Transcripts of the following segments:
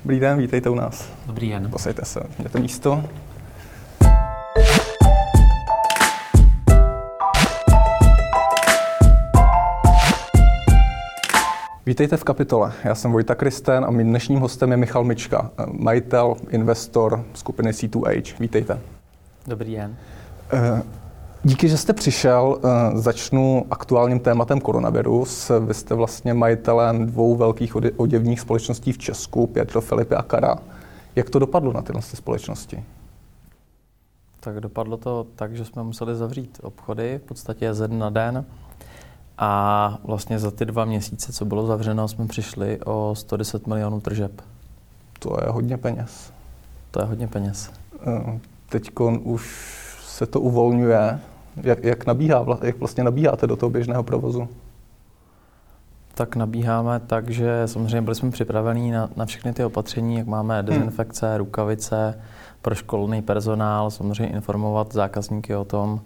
Dobrý den, vítejte u nás. Dobrý den. Posaďte se, mějte místo. Vítejte v Kapitole. Já jsem Vojta Kristen a mým dnešním hostem je Michal Mička, majitel, investor skupiny C2H. Vítejte. Dobrý den. Díky, že jste přišel. Začnu aktuálním tématem koronavirus. Vy jste vlastně majitelem dvou velkých oděvních společností v Česku, Pietro Philippi a Kara. Jak to dopadlo na tyhle společnosti? Tak dopadlo to tak, že jsme museli zavřít obchody v podstatě ze dne na den. A vlastně za ty 2 měsíce, co bylo zavřeno, jsme přišli o 110 milionů tržeb. To je hodně peněz. To je hodně peněz. Teďkon už se to uvolňuje. Jak vlastně nabíháte do toho běžného provozu? Tak nabíháme tak, že samozřejmě byli jsme připravení na všechny ty opatření, jak máme dezinfekce, rukavice, proškolený personál, samozřejmě informovat zákazníky o tom,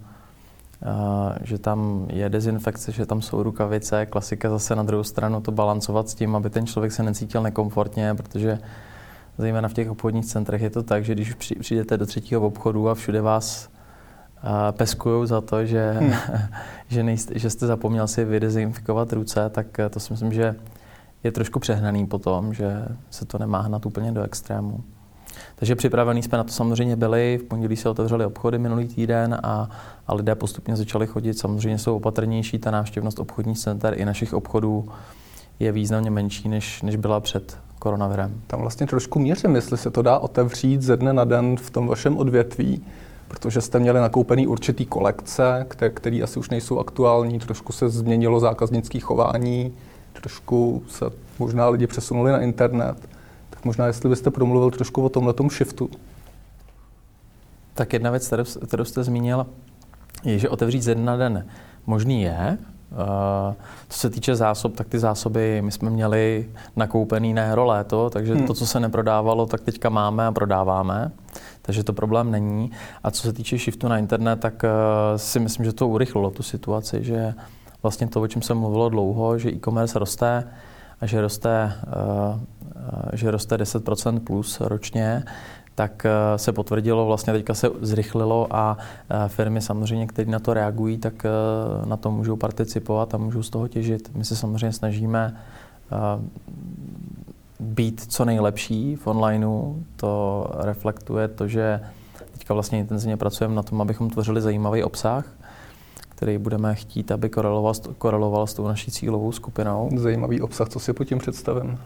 že tam je dezinfekce, že tam jsou rukavice, klasika zase na druhou stranu to balancovat s tím, aby ten člověk se necítil nekomfortně, protože zejména v těch obchodních centrech je to tak, že když přijdete do 3. obchodu a všude vás peskujou za to, že jste zapomněl si vydezinfikovat ruce, tak to si myslím, že je trošku přehnaný potom, že se to nemá hnat úplně do extrému. Takže připravení jsme na to samozřejmě byli. V pondělí se otevřely obchody minulý týden a lidé postupně začali chodit. Samozřejmě jsou opatrnější. Ta návštěvnost obchodních center i našich obchodů je významně menší, než byla před koronavirem. Tam vlastně trošku měřím, jestli se to dá otevřít ze dne na den v tom vašem odvětví, protože jste měli nakoupený určitý kolekce, které asi už nejsou aktuální, trošku se změnilo zákaznické chování, trošku se možná lidi přesunuli na internet. Tak možná, jestli byste promluvil trošku o tomhletom shiftu. Tak jedna věc, kterou jste zmínil, je, že otevřít ze dne na den možný je. Co se týče zásob, tak ty zásoby my jsme měli nakoupený na jaro léto, takže to, co se neprodávalo, tak teďka máme a prodáváme. Takže to problém není. A co se týče shiftu na internet, tak si myslím, že to urychlilo tu situaci, že vlastně to, o čem se mluvilo dlouho, že e-commerce roste a že roste 10% plus ročně, tak se potvrdilo, vlastně teďka se zrychlilo a firmy samozřejmě, které na to reagují, tak na to můžou participovat a můžou z toho těžit. My se samozřejmě snažíme být co nejlepší v onlineu. To reflektuje to, že teďka vlastně intenzivně pracujeme na tom, abychom tvořili zajímavý obsah, který budeme chtít, aby koreloval s tou naší cílovou skupinou. Zajímavý obsah, co si pod tím představím?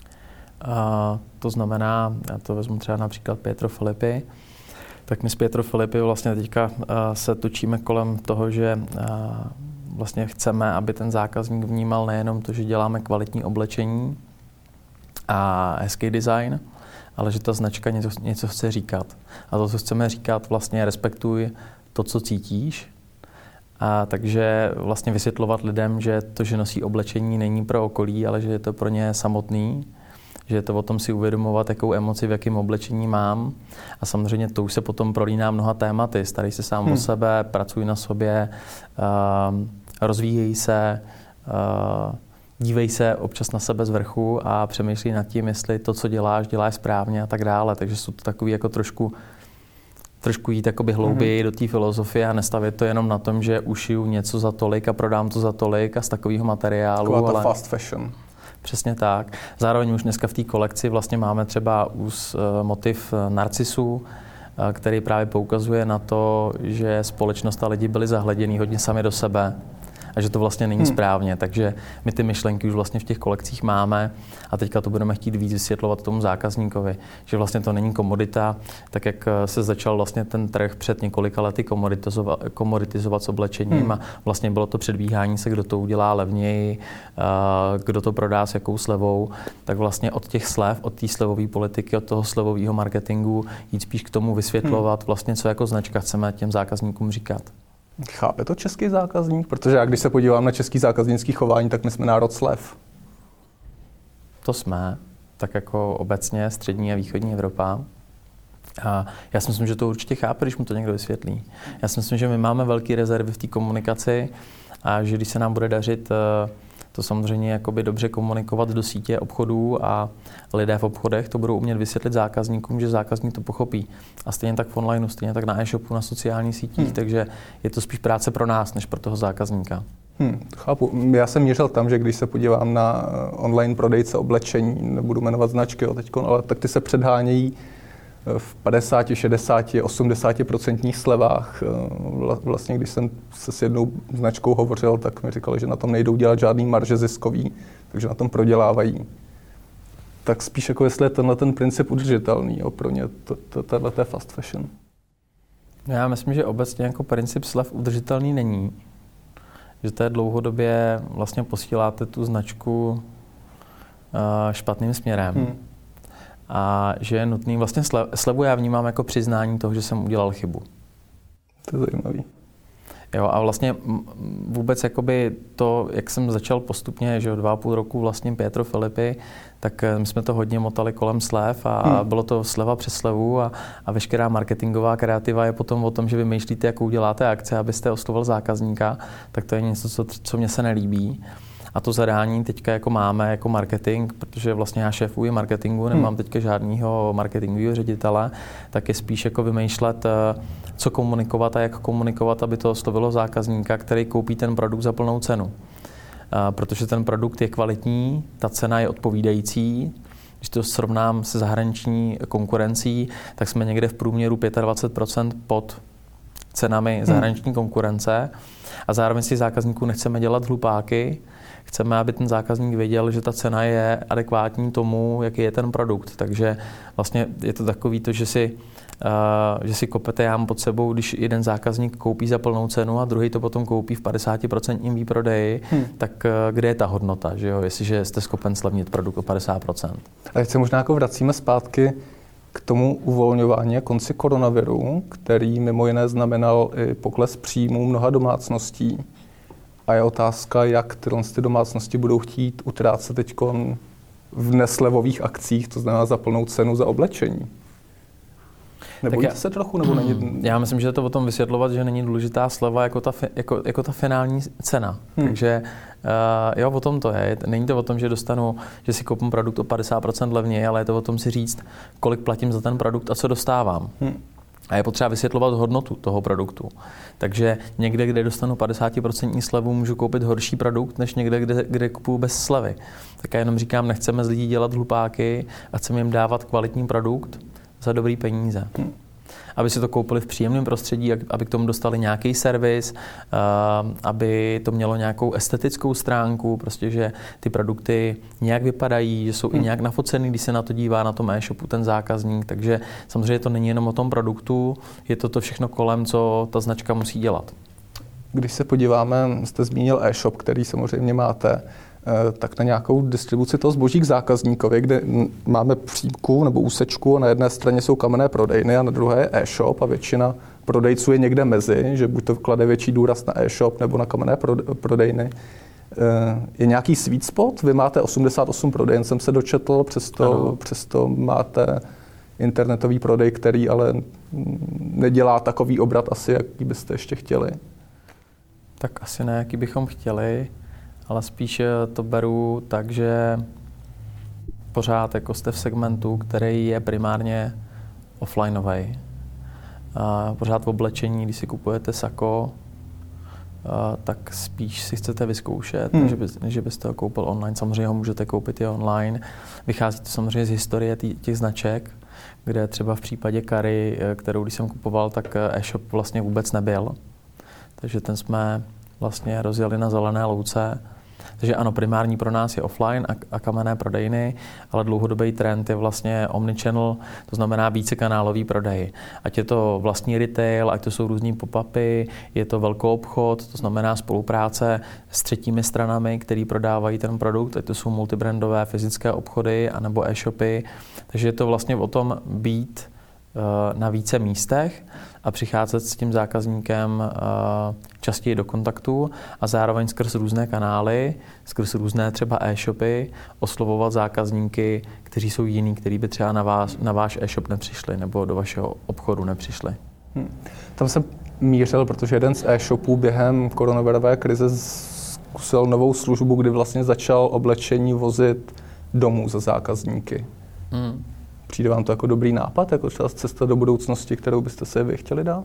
To znamená, já to vezmu třeba například Pietro Philippi, tak my s Pietro Philippi vlastně teďka se točíme kolem toho, že vlastně chceme, aby ten zákazník vnímal nejenom to, že děláme kvalitní oblečení a hezký design, ale že ta značka něco chce říkat. A to, co chceme říkat, vlastně respektuj to, co cítíš. A takže vlastně vysvětlovat lidem, že to, že nosí oblečení, není pro okolí, ale že je to pro ně samotný, že je to o tom si uvědomovat, jakou emoci v jakém oblečení mám. A samozřejmě to už se potom prolíná mnoha tématy. Starej se sám o sebe, pracuj na sobě, rozvíjej se, dívej se občas na sebe z vrchu a přemýšlej nad tím, jestli to, co děláš správně a tak dále. Takže jsou to takový jako trošku jít jakoby hlouběji do té filozofie a nestavit to jenom na tom, že ušiju něco za tolik a prodám to za tolik a z takového materiálu. Taková ta fast fashion. Přesně tak. Zároveň už dneska v té kolekci vlastně máme třeba motiv narcisů, který právě poukazuje na to, že společnost a lidi byli zahledění hodně sami do sebe a že to vlastně není správně. Takže my ty myšlenky už vlastně v těch kolekcích máme a teďka to budeme chtít víc vysvětlovat tomu zákazníkovi, že vlastně to není komodita, tak jak se začal vlastně ten trh před několika lety komoditizovat s oblečením a vlastně bylo to předbíhání se, kdo to udělá levněji, kdo to prodá s jakou slevou, tak vlastně od těch slev, od té slevové politiky, od toho slevového marketingu jít spíš k tomu vysvětlovat vlastně, co jako značka chceme těm zákazníkům říkat. Chápe to český zákazník? Protože já, když se podívám na český zákaznický chování, tak my jsme národ slev. To jsme, tak jako obecně střední a východní Evropa. A já si myslím, že to určitě chápe, když mu to někdo vysvětlí. Já si myslím, že my máme velké rezervy v té komunikaci a že když se nám bude dařit to samozřejmě jakoby dobře komunikovat do sítě obchodů a lidé v obchodech to budou umět vysvětlit zákazníkům, že zákazník to pochopí. A stejně tak v onlineu, stejně tak na e-shopu, na sociálních sítích, takže je to spíš práce pro nás, než pro toho zákazníka. Chápu. Já jsem mířil tam, že když se podívám na online prodejce oblečení, nebudu jmenovat značky teďko, ale tak ty se předhánějí v 50, 60, 80% slevách. Vlastně, když jsem se s jednou značkou hovořil, tak mi říkali, že na tom nejdou dělat žádný marže ziskový, takže na tom prodělávají. Tak spíš jako jestli je tenhle ten princip udržitelný pro ně, tohle je fast fashion. Já myslím, že obecně jako princip slev udržitelný není. Že to je dlouhodobě vlastně posíláte tu značku špatným směrem. A že je nutný, vlastně slevu já vnímám jako přiznání toho, že jsem udělal chybu. To je zajímavý. Jo, a vlastně vůbec jakoby to, jak jsem začal postupně, že 2,5 roku vlastním Pietro Filippi, tak my jsme to hodně motali kolem slev a bylo to sleva přes slevu a veškerá marketingová kreativa je potom o tom, že vymýšlíte, jakou uděláte akce, abyste oslovil zákazníka, tak to je něco, co mně se nelíbí. A to zadání teďka jako máme jako marketing, protože vlastně já šéfuji marketingu, nemám teďka žádného marketingového ředitele, tak je spíš jako vymýšlet, co komunikovat a jak komunikovat, aby to oslovilo zákazníka, který koupí ten produkt za plnou cenu. Protože ten produkt je kvalitní, ta cena je odpovídající. Když to srovnám se zahraniční konkurencí, tak jsme někde v průměru 25% pod cenami zahraniční konkurence a zároveň si zákazníků nechceme dělat hlupáky. Chceme, aby ten zákazník věděl, že ta cena je adekvátní tomu, jaký je ten produkt. Takže vlastně je to takový to, že si kopete jám pod sebou, když jeden zákazník koupí za plnou cenu a druhý to potom koupí v 50% výprodeji, tak kde je ta hodnota, že jo? Jestliže jste schopen slevnit produkt o 50%. A teď se možná jako vracíme zpátky k tomu uvolňování a konci koronaviru, který mimo jiné znamenal i pokles příjmů mnoha domácností. A je otázka, jak tyhle domácnosti budou chtít utrácet teď v neslevových akcích, to znamená za plnou cenu za oblečení. Nebojíte se trochu, nebo není? Já myslím, že je to o tom vysvětlovat, že není důležitá sleva jako ta finální cena. Takže jo, o tom to je. Není to o tom, že že si koupím produkt o 50% levněji, ale je to o tom si říct, kolik platím za ten produkt a co dostávám. A je potřeba vysvětlovat hodnotu toho produktu. Takže někde, kde dostanu 50% slevu, můžu koupit horší produkt, než někde, kde kupuju bez slevy. Tak já jenom říkám, nechceme z lidí dělat hlupáky a chceme jim dávat kvalitní produkt za dobrý peníze. Aby si to koupili v příjemném prostředí, aby k tomu dostali nějaký servis, aby to mělo nějakou estetickou stránku, prostě, že ty produkty nějak vypadají, že jsou i nějak nafocený, když se na to dívá na tom e-shopu ten zákazník. Takže samozřejmě to není jenom o tom produktu, je to všechno kolem, co ta značka musí dělat. Když se podíváme, jste zmínil e-shop, který samozřejmě máte, tak na nějakou distribuci toho zboží k zákazníkovi, kde máme přímku nebo úsečku a na jedné straně jsou kamenné prodejny a na druhé je e-shop a většina prodejců je někde mezi, že buď to klade větší důraz na e-shop nebo na kamenné prodejny. Je nějaký sweet spot? Vy máte 88 prodejen, jsem se dočetl, přesto máte internetový prodej, který ale nedělá takový obrat asi, jaký byste ještě chtěli. Tak asi ne, jaký bychom chtěli. Ale spíš to beru tak, že pořád jako jste v segmentu, který je primárně offlineový. Pořád v oblečení, když si kupujete sako, tak spíš si chcete vyzkoušet, než byste ho koupil online. Samozřejmě ho můžete koupit i online. Vychází to samozřejmě z historie těch značek, kde třeba v případě Kary, kterou když jsem kupoval, tak e-shop vlastně vůbec nebyl. Takže ten jsme vlastně rozjeli na zelené louce. Takže ano, primární pro nás je offline a kamenné prodejny, ale dlouhodobý trend je vlastně omnichannel, to znamená vícekanálový prodej. Ať je to vlastní retail, ať to jsou různý pop-upy, je to velkoobchod, to znamená spolupráce s třetími stranami, který prodávají ten produkt, ať to jsou multibrandové fyzické obchody anebo e-shopy. Takže je to vlastně o tom být na více místech a přicházet s tím zákazníkem častěji do kontaktu a zároveň skrz různé kanály, skrz různé třeba e-shopy oslovovat zákazníky, kteří jsou jiní, kteří by třeba na váš e-shop nepřišli nebo do vašeho obchodu nepřišli. Tam jsem mířil, protože jeden z e-shopů během koronavirové krize zkusil novou službu, kdy vlastně začal oblečení vozit domů za zákazníky. Přijde vám to jako dobrý nápad, jako třeba cesta do budoucnosti, kterou byste se vy chtěli dát?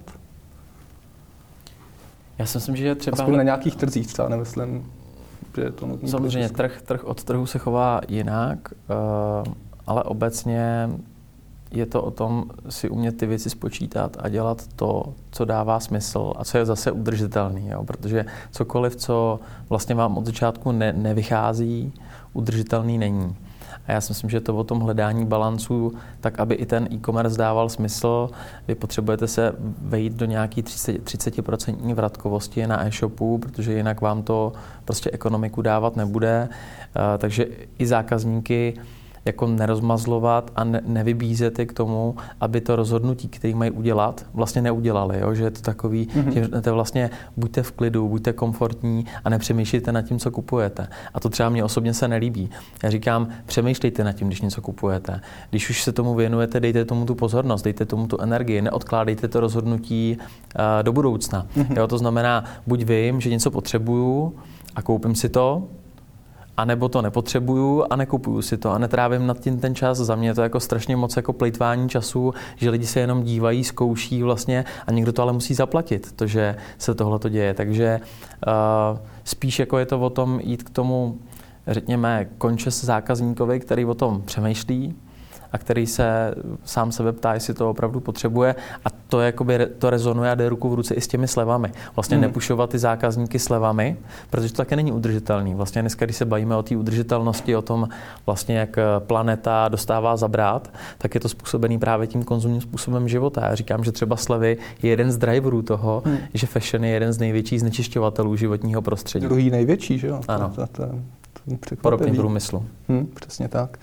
Já si myslím, že je třeba... Aspoň na nějakých trzích třeba, nemyslím, že je to nutný. Samozřejmě trh od trhu se chová jinak, ale obecně je to o tom si umět ty věci spočítat a dělat to, co dává smysl a co je zase udržitelný. Jo? Protože cokoliv, co vlastně vám od začátku nevychází, udržitelný není. A já si myslím, že to o tom hledání balancu, tak aby i ten e-commerce dával smysl, vy potřebujete se vejít do nějaký 30% vratkovosti na e-shopu, protože jinak vám to prostě ekonomiku dávat nebude. Takže i zákazníky jako nerozmazlovat a nevybízet je k tomu, aby to rozhodnutí, které mají udělat, vlastně neudělali. Jo? Že je to takový, že to vlastně buďte v klidu, buďte komfortní a nepřemýšlejte nad tím, co kupujete. A to třeba mně osobně se nelíbí. Já říkám, přemýšlejte nad tím, když něco kupujete. Když už se tomu věnujete, dejte tomu tu pozornost, dejte tomu tu energii, neodkládejte to rozhodnutí do budoucna. Jo? To znamená, buď vím, že něco potřebuju a koupím si to, a nebo to nepotřebuju a nekupuju si to a netrávím nad tím ten čas. Za mě je to jako strašně moc jako plejtvání času, že lidi se jenom dívají, zkouší vlastně a někdo to ale musí zaplatit, to, že se tohleto děje. Takže spíš jako je to o tom jít k tomu, řekněme, conscious zákazníkovi, který o tom přemýšlí a který se sám sebe ptá, jestli to opravdu potřebuje a to, jakoby, to rezonuje a jde ruku v ruce i s těmi slevami. Vlastně nepušovat ty zákazníky slevami, protože to také není udržitelný. Vlastně dneska, když se bavíme o té udržitelnosti, o tom vlastně, jak planeta dostává zabrat, tak je to způsobený právě tím konzumním způsobem života. Já říkám, že třeba slevy je jeden z driverů toho, že fashion je jeden z největších znečišťovatelů životního prostředí. Druhý největší, že jo? Ano. Po ropném průmyslu. Přesně tak.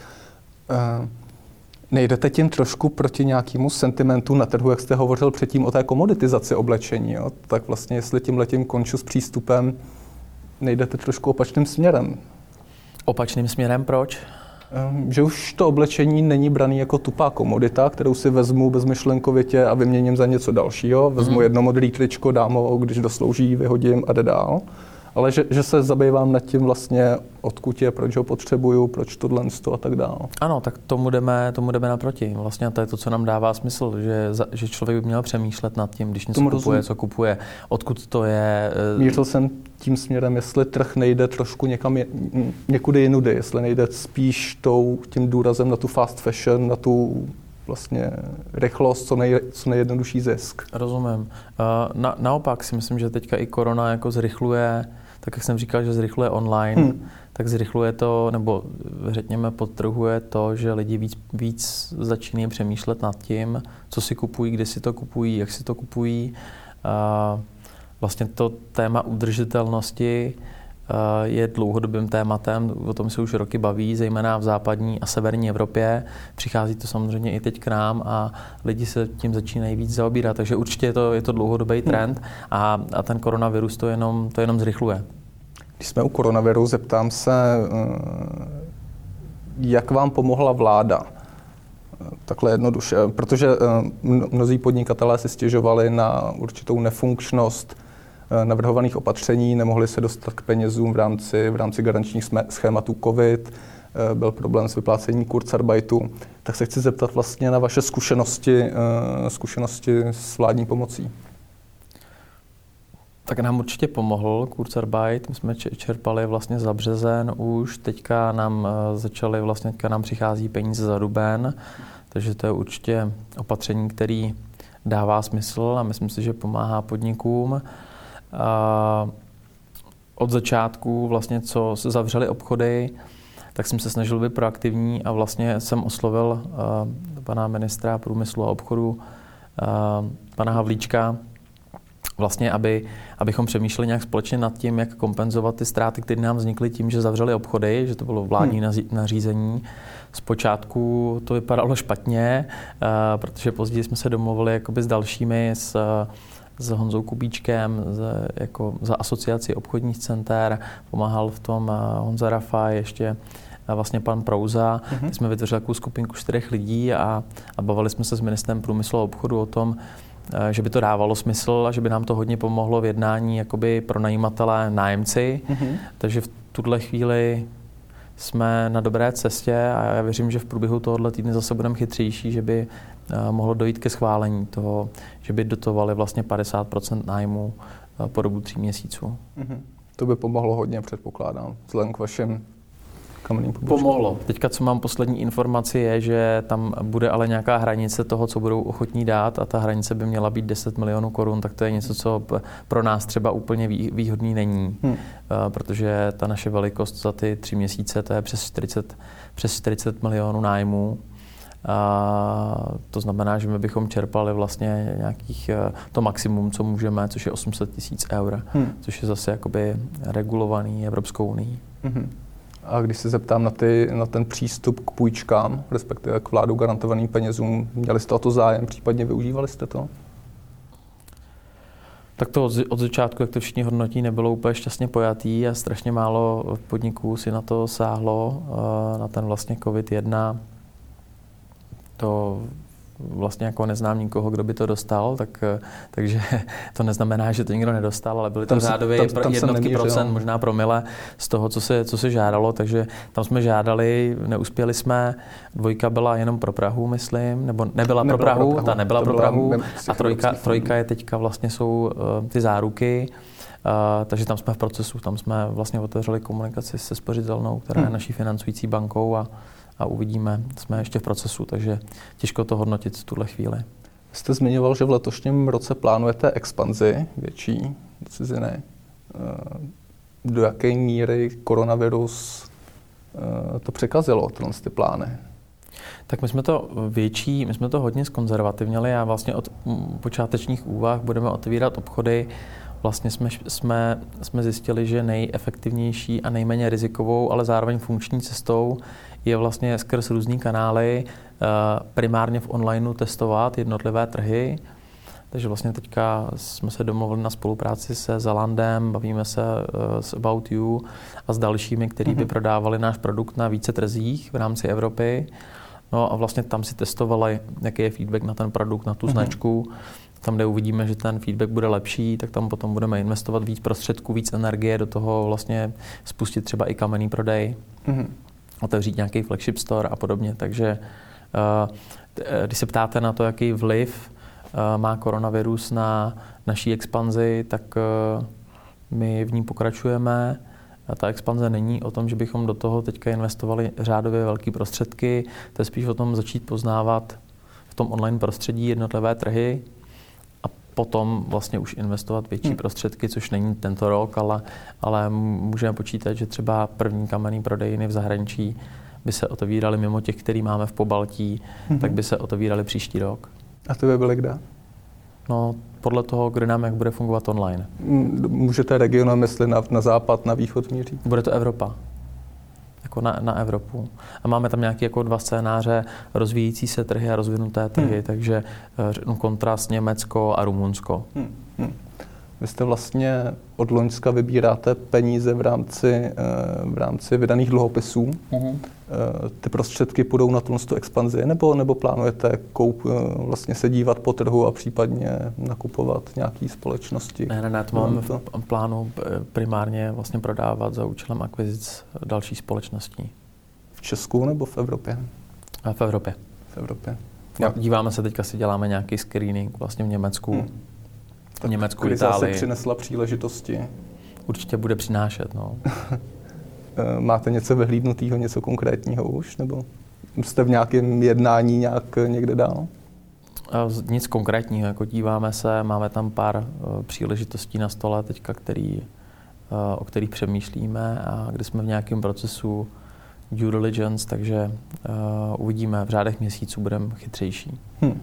Nejdete tím trošku proti nějakému sentimentu na trhu, jak jste hovořil předtím o té komoditizaci oblečení, jo? Tak vlastně jestli tímhletím conscious přístupem nejdete trošku opačným směrem. Opačným směrem proč? Že už to oblečení není braný jako tupá komodita, kterou si vezmu bezmyšlenkovitě a vyměním za něco dalšího. Vezmu jedno modrý tričko, dám ho, když doslouží, vyhodím a jde dál. Ale že se zabývám nad tím vlastně, odkud je, proč ho potřebuju, proč tohle a tak dále. Ano, tak tomu jdeme naproti. Vlastně to je to, co nám dává smysl, že člověk by měl přemýšlet nad tím, když něco kupuje, co kupuje, odkud to je. Mířil jsem tím směrem, jestli trh nejde trošku někudy jinudy, jestli nejde spíš tím důrazem na tu fast fashion, na tu vlastně rychlost, co nejjednodušší zisk. Rozumím. Naopak si myslím, že teďka i korona jako zrychluje, tak jak jsem říkal, že zrychluje online, tak zrychluje to, nebo řekněme podtrhuje to, že lidi víc začínají přemýšlet nad tím, co si kupují, kdy si to kupují, jak si to kupují. Vlastně to téma udržitelnosti je dlouhodobým tématem, o tom se už roky baví, zejména v západní a severní Evropě. Přichází to samozřejmě i teď k nám a lidi se tím začínají víc zaobírat, takže určitě je to dlouhodobý trend a ten koronavirus to jenom zrychluje. Když jsme u koronaviru, zeptám se, jak vám pomohla vláda? Takhle jednoduše, protože mnozí podnikatelé si stěžovali na určitou nefunkčnost navrhovaných opatření, nemohli se dostat k penězům v rámci garančních schématů COVID, byl problém s vyplácením Kurzarbeitu. Tak se chci zeptat vlastně na vaše zkušenosti s vládní pomocí. Tak nám určitě pomohl Kurzarbeit, my jsme čerpali vlastně za březen už, teďka nám přichází peníze za duben, takže to je určitě opatření, který dává smysl a myslím si, že pomáhá podnikům. Od začátku vlastně, co se zavřely obchody, tak jsem se snažil být proaktivní a vlastně jsem oslovil pana ministra průmyslu a obchodu, pana Havlíčka, vlastně, abychom přemýšleli nějak společně nad tím, jak kompenzovat ty ztráty, které nám vznikly tím, že zavřeli obchody, že to bylo vládní nařízení. Zpočátku to vypadalo špatně, protože později jsme se domluvili jakoby s dalšími, s Honzou Kubíčkem, za asociaci obchodních center, pomáhal v tom Honza Rafa, ještě vlastně pan Prouza. My jsme vytvořili takovou skupinku 4 lidí a bavili jsme se s ministrem průmyslu a obchodu o tom, že by to dávalo smysl a že by nám to hodně pomohlo v jednání jakoby pro najímatele nájemci. Takže v tuhle chvíli jsme na dobré cestě a já věřím, že v průběhu tohoto týdne zase budeme chytřejší, že by mohlo dojít ke schválení toho, že by dotovali vlastně 50% nájmu po dobu 3 měsíců. To by pomohlo hodně, předpokládám, vzhledem k vašim kamenným pobočkám. Pomohlo. Teďka, co mám poslední informaci, je, že tam bude ale nějaká hranice toho, co budou ochotní dát a ta hranice by měla být 10 milionů korun, tak to je něco, co pro nás třeba úplně výhodný není, protože ta naše velikost za ty 3 měsíce, to je přes 40 milionů nájmů. A to znamená, že my bychom čerpali vlastně nějakých to maximum, co můžeme, což je 800 000 eur, což je zase jakoby regulovaný Evropskou unii. A když se zeptám na ten přístup k půjčkám, respektive k vládou garantovaným penězům, měli jste o to zájem, případně využívali jste to? Tak to od začátku, jak to všichni hodnotí, nebylo úplně šťastně pojatý a strašně málo podniků si na to sáhlo, na ten vlastně COVID-1. To vlastně jako neznám nikoho, kdo by to dostal, takže to neznamená, že to nikdo nedostal, ale byly to řádově jednotky procent, možná promile z toho, co se žádalo, takže tam jsme žádali, neuspěli jsme, 2 byla jenom pro Prahu, myslím, nebo nebyla pro Prahu, ta nebyla pro Prahu a trojka je teďka vlastně jsou ty záruky, takže tam jsme v procesu, tam jsme vlastně otevřeli komunikaci se spořitelnou, která je naší financující bankou a uvidíme, jsme ještě v procesu, takže těžko to hodnotit v tuhle chvíli. Jste zmiňoval, že v letošním roce plánujete expanzi větší do ciziny. Do jaké míry koronavirus to překazilo, ty plány? Tak my jsme to hodně zkonzervativněli a vlastně od počátečních úvah budeme otevírat obchody. Vlastně jsme zjistili, že nejefektivnější a nejméně rizikovou, ale zároveň funkční cestou je vlastně skrz různý kanály primárně v onlineu testovat jednotlivé trhy. Takže vlastně teďka jsme se domluvili na spolupráci se Zalandem, bavíme se s About You a s dalšími, kteří by prodávali náš produkt na více trzích v rámci Evropy. No a vlastně tam si testovali, jaký je feedback na ten produkt, na tu značku. Tam, kde uvidíme, že ten feedback bude lepší, tak tam potom budeme investovat víc prostředků, víc energie do toho vlastně spustit třeba i kamenný prodej, otevřít nějaký flagship store a podobně. Takže když se ptáte na to, jaký vliv má koronavirus na naší expanzi, tak my v ní pokračujeme. A ta expanze není o tom, že bychom do toho teďka investovali řádově velké prostředky, to je spíš o tom začít poznávat v tom online prostředí jednotlivé trhy a potom vlastně už investovat větší prostředky, což není tento rok, ale můžeme počítat, že třeba první kamenný prodejny v zahraničí by se otevíraly mimo těch, který máme v Pobaltí, tak by se otevíraly příští rok. A ty by byly kde? No, podle toho, kde nám jak bude fungovat online. Můžete regionem myslet na západ, na východ měřit? Bude to Evropa. Jako na Evropu. A máme tam nějaké jako 2 scénáře, rozvíjící se trhy a rozvinuté trhy, takže kontrast Německo a Rumunsko. Vy jste vlastně od loňska vybíráte peníze v rámci vydaných dluhopisů. Ty prostředky půjdou na tu expanzi, nebo plánujete vlastně se dívat po trhu a případně nakupovat nějaké společnosti? Ne, to máme v plánu primárně vlastně prodávat za účelem akvizic dalších společností. V Česku nebo v Evropě? V Evropě. V Evropě. Díváme se, teďka si děláme nějaký screening vlastně v Německu. V Německu, Itálii. Se přinesla příležitosti. Určitě bude přinášet, no. Máte něco vyhlídnutého, něco konkrétního už? Nebo jste v nějakém jednání nějak někde dál? Nic konkrétního, jako díváme se, máme tam pár příležitostí na stole teďka, o kterých přemýšlíme a kde jsme v nějakém procesu due diligence, takže uvidíme, v řádech měsíců budeme chytřejší.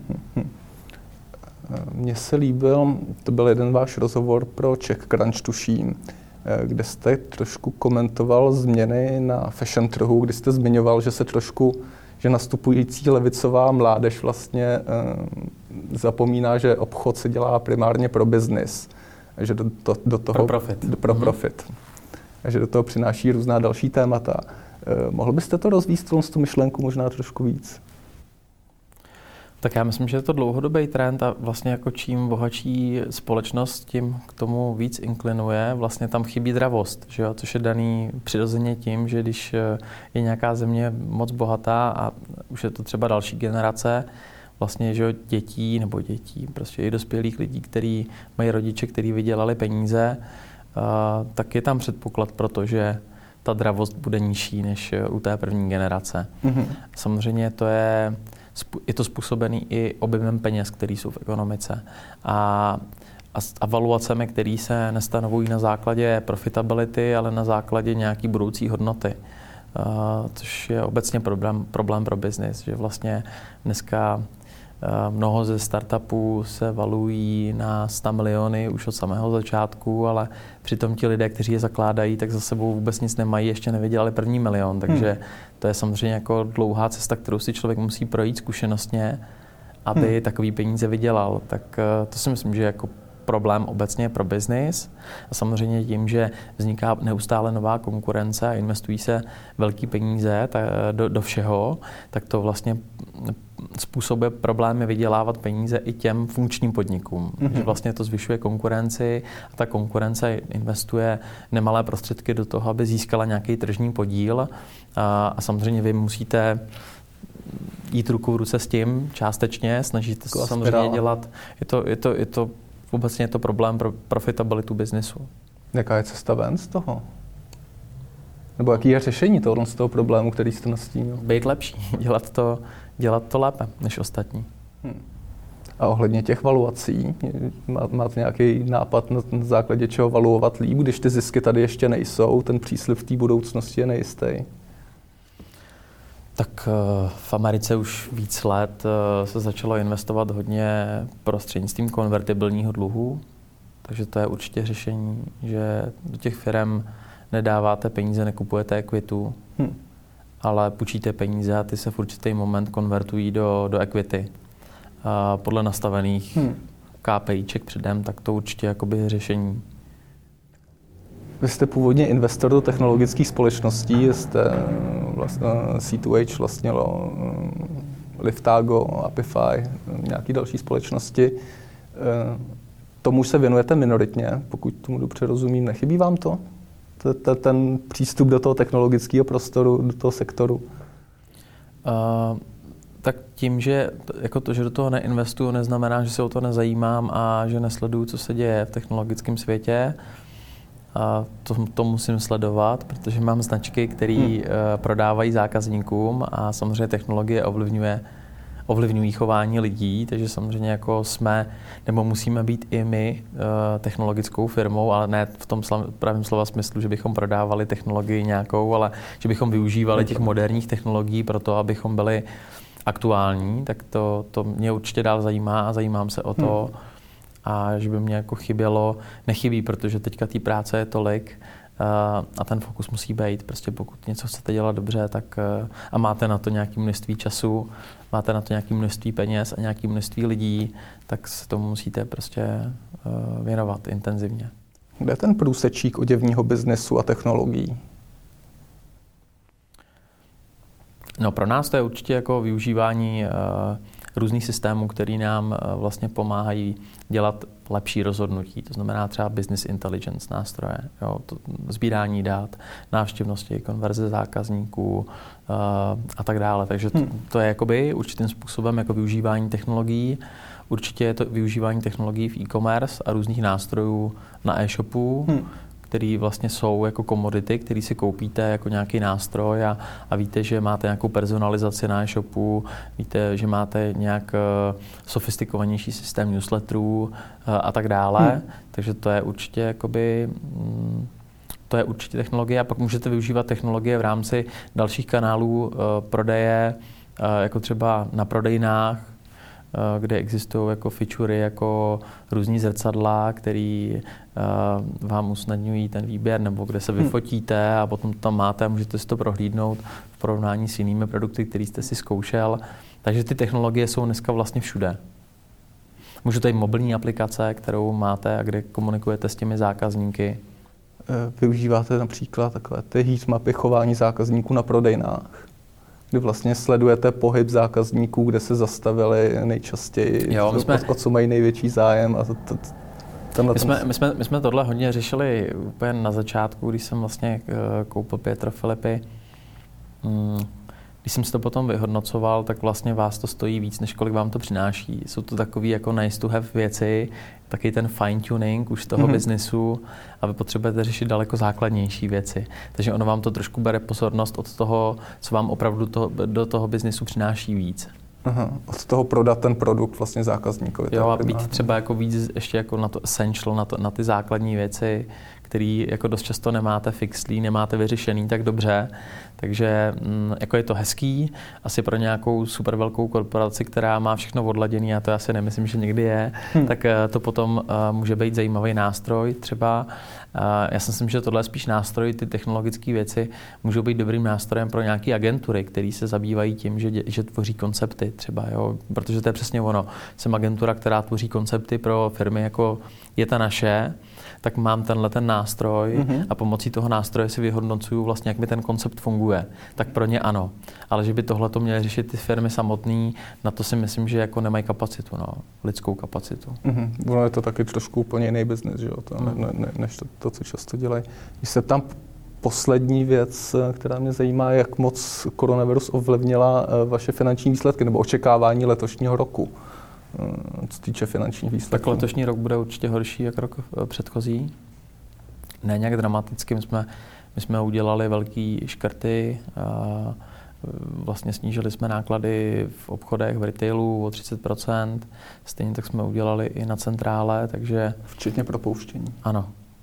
Mně se líbil, to byl jeden váš rozhovor pro CzechCrunch, tuším, kde jste trošku komentoval změny na fashion trhu, kdy jste zmiňoval, že nastupující levicová mládež vlastně zapomíná, že obchod se dělá primárně pro biznis, že do toho pro profit. Pro profit. A že do toho přináší různá další témata. Mohl byste to rozvíct, tu myšlenku možná trošku víc? Tak já myslím, že je to dlouhodobý trend a vlastně jako čím bohatší společnost, tím k tomu víc inklinuje. Vlastně tam chybí dravost, že jo? Což je daný přirozeně tím, že když je nějaká země moc bohatá a už je to třeba další generace, vlastně, že dětí, prostě i dospělých lidí, kteří mají rodiče, kteří vydělali peníze, tak je tam předpoklad, protože ta dravost bude nižší než u té první generace. Mm-hmm. Samozřejmě je to způsobený i objemem peněz, které jsou v ekonomice a valuacemi, které se nestanovují na základě profitability, ale na základě nějaký budoucí hodnoty. Což je obecně problém pro biznis, že vlastně dneska mnoho ze startupů se valují na 100 miliony už od samého začátku, ale přitom ti lidé, kteří je zakládají, tak za sebou vůbec nic nemají, ještě nevydělali první milion, takže to je samozřejmě jako dlouhá cesta, kterou si člověk musí projít zkušenostně, aby takový peníze vydělal. Tak to si myslím, že je jako problém obecně pro biznis. A samozřejmě tím, že vzniká neustále nová konkurence a investují se velký peníze do všeho, tak to vlastně způsobuje problémy vydělávat peníze i těm funkčním podnikům. Mm-hmm. Že vlastně to zvyšuje konkurenci a ta konkurence investuje nemalé prostředky do toho, aby získala nějaký tržní podíl. A samozřejmě vy musíte jít ruku v ruce s tím částečně, snažíte se samozřejmě dělat. Je to obecně je to problém pro profitabilitu biznesu. Jaká je cesta ven z toho? Nebo jaký je řešení z toho problému, který jste nastínil? Být lepší, dělat to lépe než ostatní. A ohledně těch valuací, máte nějaký nápad na základě čeho valuovat líp, když ty zisky tady ještě nejsou, ten příslib v té budoucnosti je nejistý? Tak v Americe už víc let se začalo investovat hodně prostřednictvím konvertibilního dluhu, takže to je určitě řešení, že do těch firm nedáváte peníze, nekupujete ekvitu, ale půjčíte peníze a ty se v určitý moment konvertují do equity. Podle nastavených KPIček předem, tak to určitě jakoby řešení. Vy jste původně investor do technologických společností, jste C2H vlastnilo Liftago, Apify, nějaké další společnosti. Tomu už se věnujete minoritně, pokud tomu dobře rozumím. Nechybí vám to? Ten přístup do toho technologického prostoru, do toho sektoru? Tak tím, že že do toho neinvestuju, neznamená, že se o to nezajímám a že nesleduju, co se děje v technologickém světě. A to musím sledovat, protože mám značky, které prodávají zákazníkům a samozřejmě technologie ovlivňují chování lidí, takže samozřejmě jako musíme být i my technologickou firmou, ale ne v tom pravém slova smyslu, že bychom prodávali technologii nějakou, ale že bychom využívali těch moderních technologií pro to, abychom byli aktuální, tak to mě určitě dál zajímá a zajímám se o to. A že by mě jako nechybí, protože teďka té práce je tolik a ten fokus musí být. Prostě pokud něco chcete dělat dobře, tak a máte na to nějaké množství času, máte na to nějaké množství peněz a nějaké množství lidí, tak se tomu musíte prostě věnovat intenzivně. Kde je ten průsečík oděvního biznesu a technologií? No, pro nás to je určitě jako využívání různých systémů, které nám vlastně pomáhají dělat lepší rozhodnutí. To znamená třeba business intelligence nástroje, sbírání dat, návštěvnosti, konverze zákazníků a tak dále. Takže to je jakoby určitým způsobem jako využívání technologií. Určitě je to využívání technologií v e-commerce a různých nástrojů na e-shopu, který vlastně jsou jako komodity, který si koupíte jako nějaký nástroj a víte, že máte nějakou personalizaci na e-shopu, víte, že máte nějak sofistikovanější systém newsletterů a tak dále. Takže to je určitě jakoby, to je určitě technologie a pak můžete využívat technologie v rámci dalších kanálů prodeje, jako třeba na prodejnách, kde existují jako featurey, jako různý zrcadla, který vám usnadňují ten výběr, nebo kde se vyfotíte a potom tam máte a můžete si to prohlídnout v porovnání s jinými produkty, které jste si zkoušel. Takže ty technologie jsou dneska vlastně všude. Může to být mobilní aplikace, kterou máte a kde komunikujete s těmi zákazníky. Využíváte například takové ty heatmapy chování zákazníků na prodejnách. kdy vlastně sledujete pohyb zákazníků, kde se zastavili nejčastěji, o co mají největší zájem. A My jsme tohle hodně řešili úplně na začátku, když jsem vlastně koupil Pietro Filippi. Když jsem si to potom vyhodnocoval, tak vlastně vás to stojí víc, než kolik vám to přináší. Jsou to takový jako nice to have věci, taky ten fine tuning už toho biznisu a vy potřebujete řešit daleko základnější věci. Takže ono vám to trošku bere pozornost od toho, co vám opravdu do toho biznisu přináší víc. Aha, od toho prodat ten produkt vlastně zákazníkovi. Jo, a být třeba jako víc ještě jako na to essential, na ty základní věci, který jako dost často nemáte fixlý, nemáte vyřešený tak dobře. Takže jako je to hezký, asi pro nějakou super velkou korporaci, která má všechno odladěné, a to já si nemyslím, že někdy je, tak to potom může být zajímavý nástroj třeba. Já si myslím, že tohle je spíš nástroj, ty technologické věci můžou být dobrým nástrojem pro nějaké agentury, které se zabývají tím, že tvoří koncepty třeba, jo? Protože to je přesně ono. Jsem agentura, která tvoří koncepty pro firmy, jako je ta naše, tak mám ten nástroj a pomocí toho nástroje si vyhodnocuju vlastně, jak mi ten koncept funguje. Tak pro ně ano. Ale že by tohle to měly řešit ty firmy samotný, na to si myslím, že jako nemají kapacitu, lidskou kapacitu. Ono je to taky trošku úplně jiný biznis, že jo? Než to, co často dělají. Když se tam poslední věc, která mě zajímá, jak moc koronavirus ovlivnila vaše finanční výsledky nebo očekávání letošního roku, co týče finančních výsledků. Tak letošní rok bude určitě horší jak rok předchozí. Ne nějak dramaticky. My jsme udělali velký škrty. Vlastně snížili jsme náklady v obchodech, v retailu o 30%. Stejně tak jsme udělali i na centrále, takže... Včetně propouštění. Ano.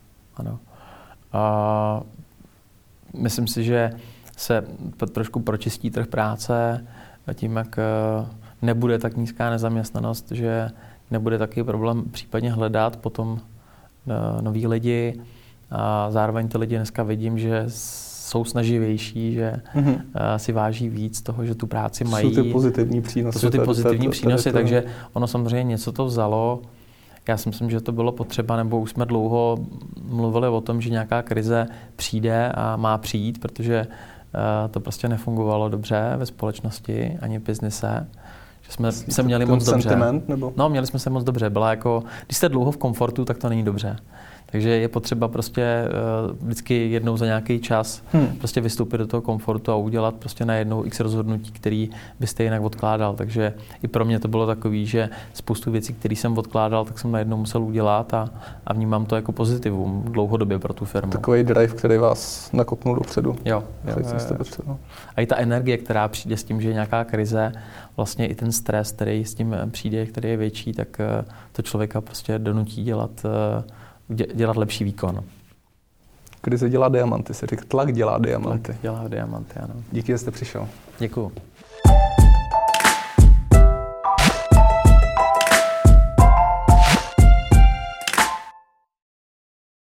Myslím si, že se trošku pročistí trh práce tím, jak nebude tak nízká nezaměstnanost, že nebude taky problém případně hledat potom noví lidi. A zároveň ty lidi dneska vidím, že jsou snaživější, že si váží víc toho, že tu práci mají. To jsou ty pozitivní přínosy. To jsou ty pozitivní přínosy, takže ono samozřejmě něco to vzalo. Já si myslím, že to bylo potřeba, nebo už jsme dlouho mluvili o tom, že nějaká krize přijde a má přijít, protože to prostě nefungovalo dobře ve společnosti ani v biznise. Že jsme se měli moc dobře. Nebo? No, měli jsme se moc dobře. Byla jako, když jste dlouho v komfortu, tak to není dobře. Takže je potřeba prostě vždycky jednou za nějaký čas prostě vystoupit do toho komfortu a udělat prostě najednou x rozhodnutí, který byste jinak odkládal. Takže i pro mě to bylo takový, že spoustu věcí, které jsem odkládal, tak jsem najednou musel udělat a vnímám to jako pozitivum dlouhodobě pro tu firmu. Takový drive, který vás nakopnul dopředu. Jo. A i ta energie, která přijde s tím, že je nějaká krize, vlastně i ten stres, který s tím přijde, který je větší, tak to člověka prostě donutí dělat lepší výkon. Krize dělá diamanty, se říká, tlak dělá diamanty. Tlak dělá diamanty, ano. Díky, že jste přišel. Děkuju.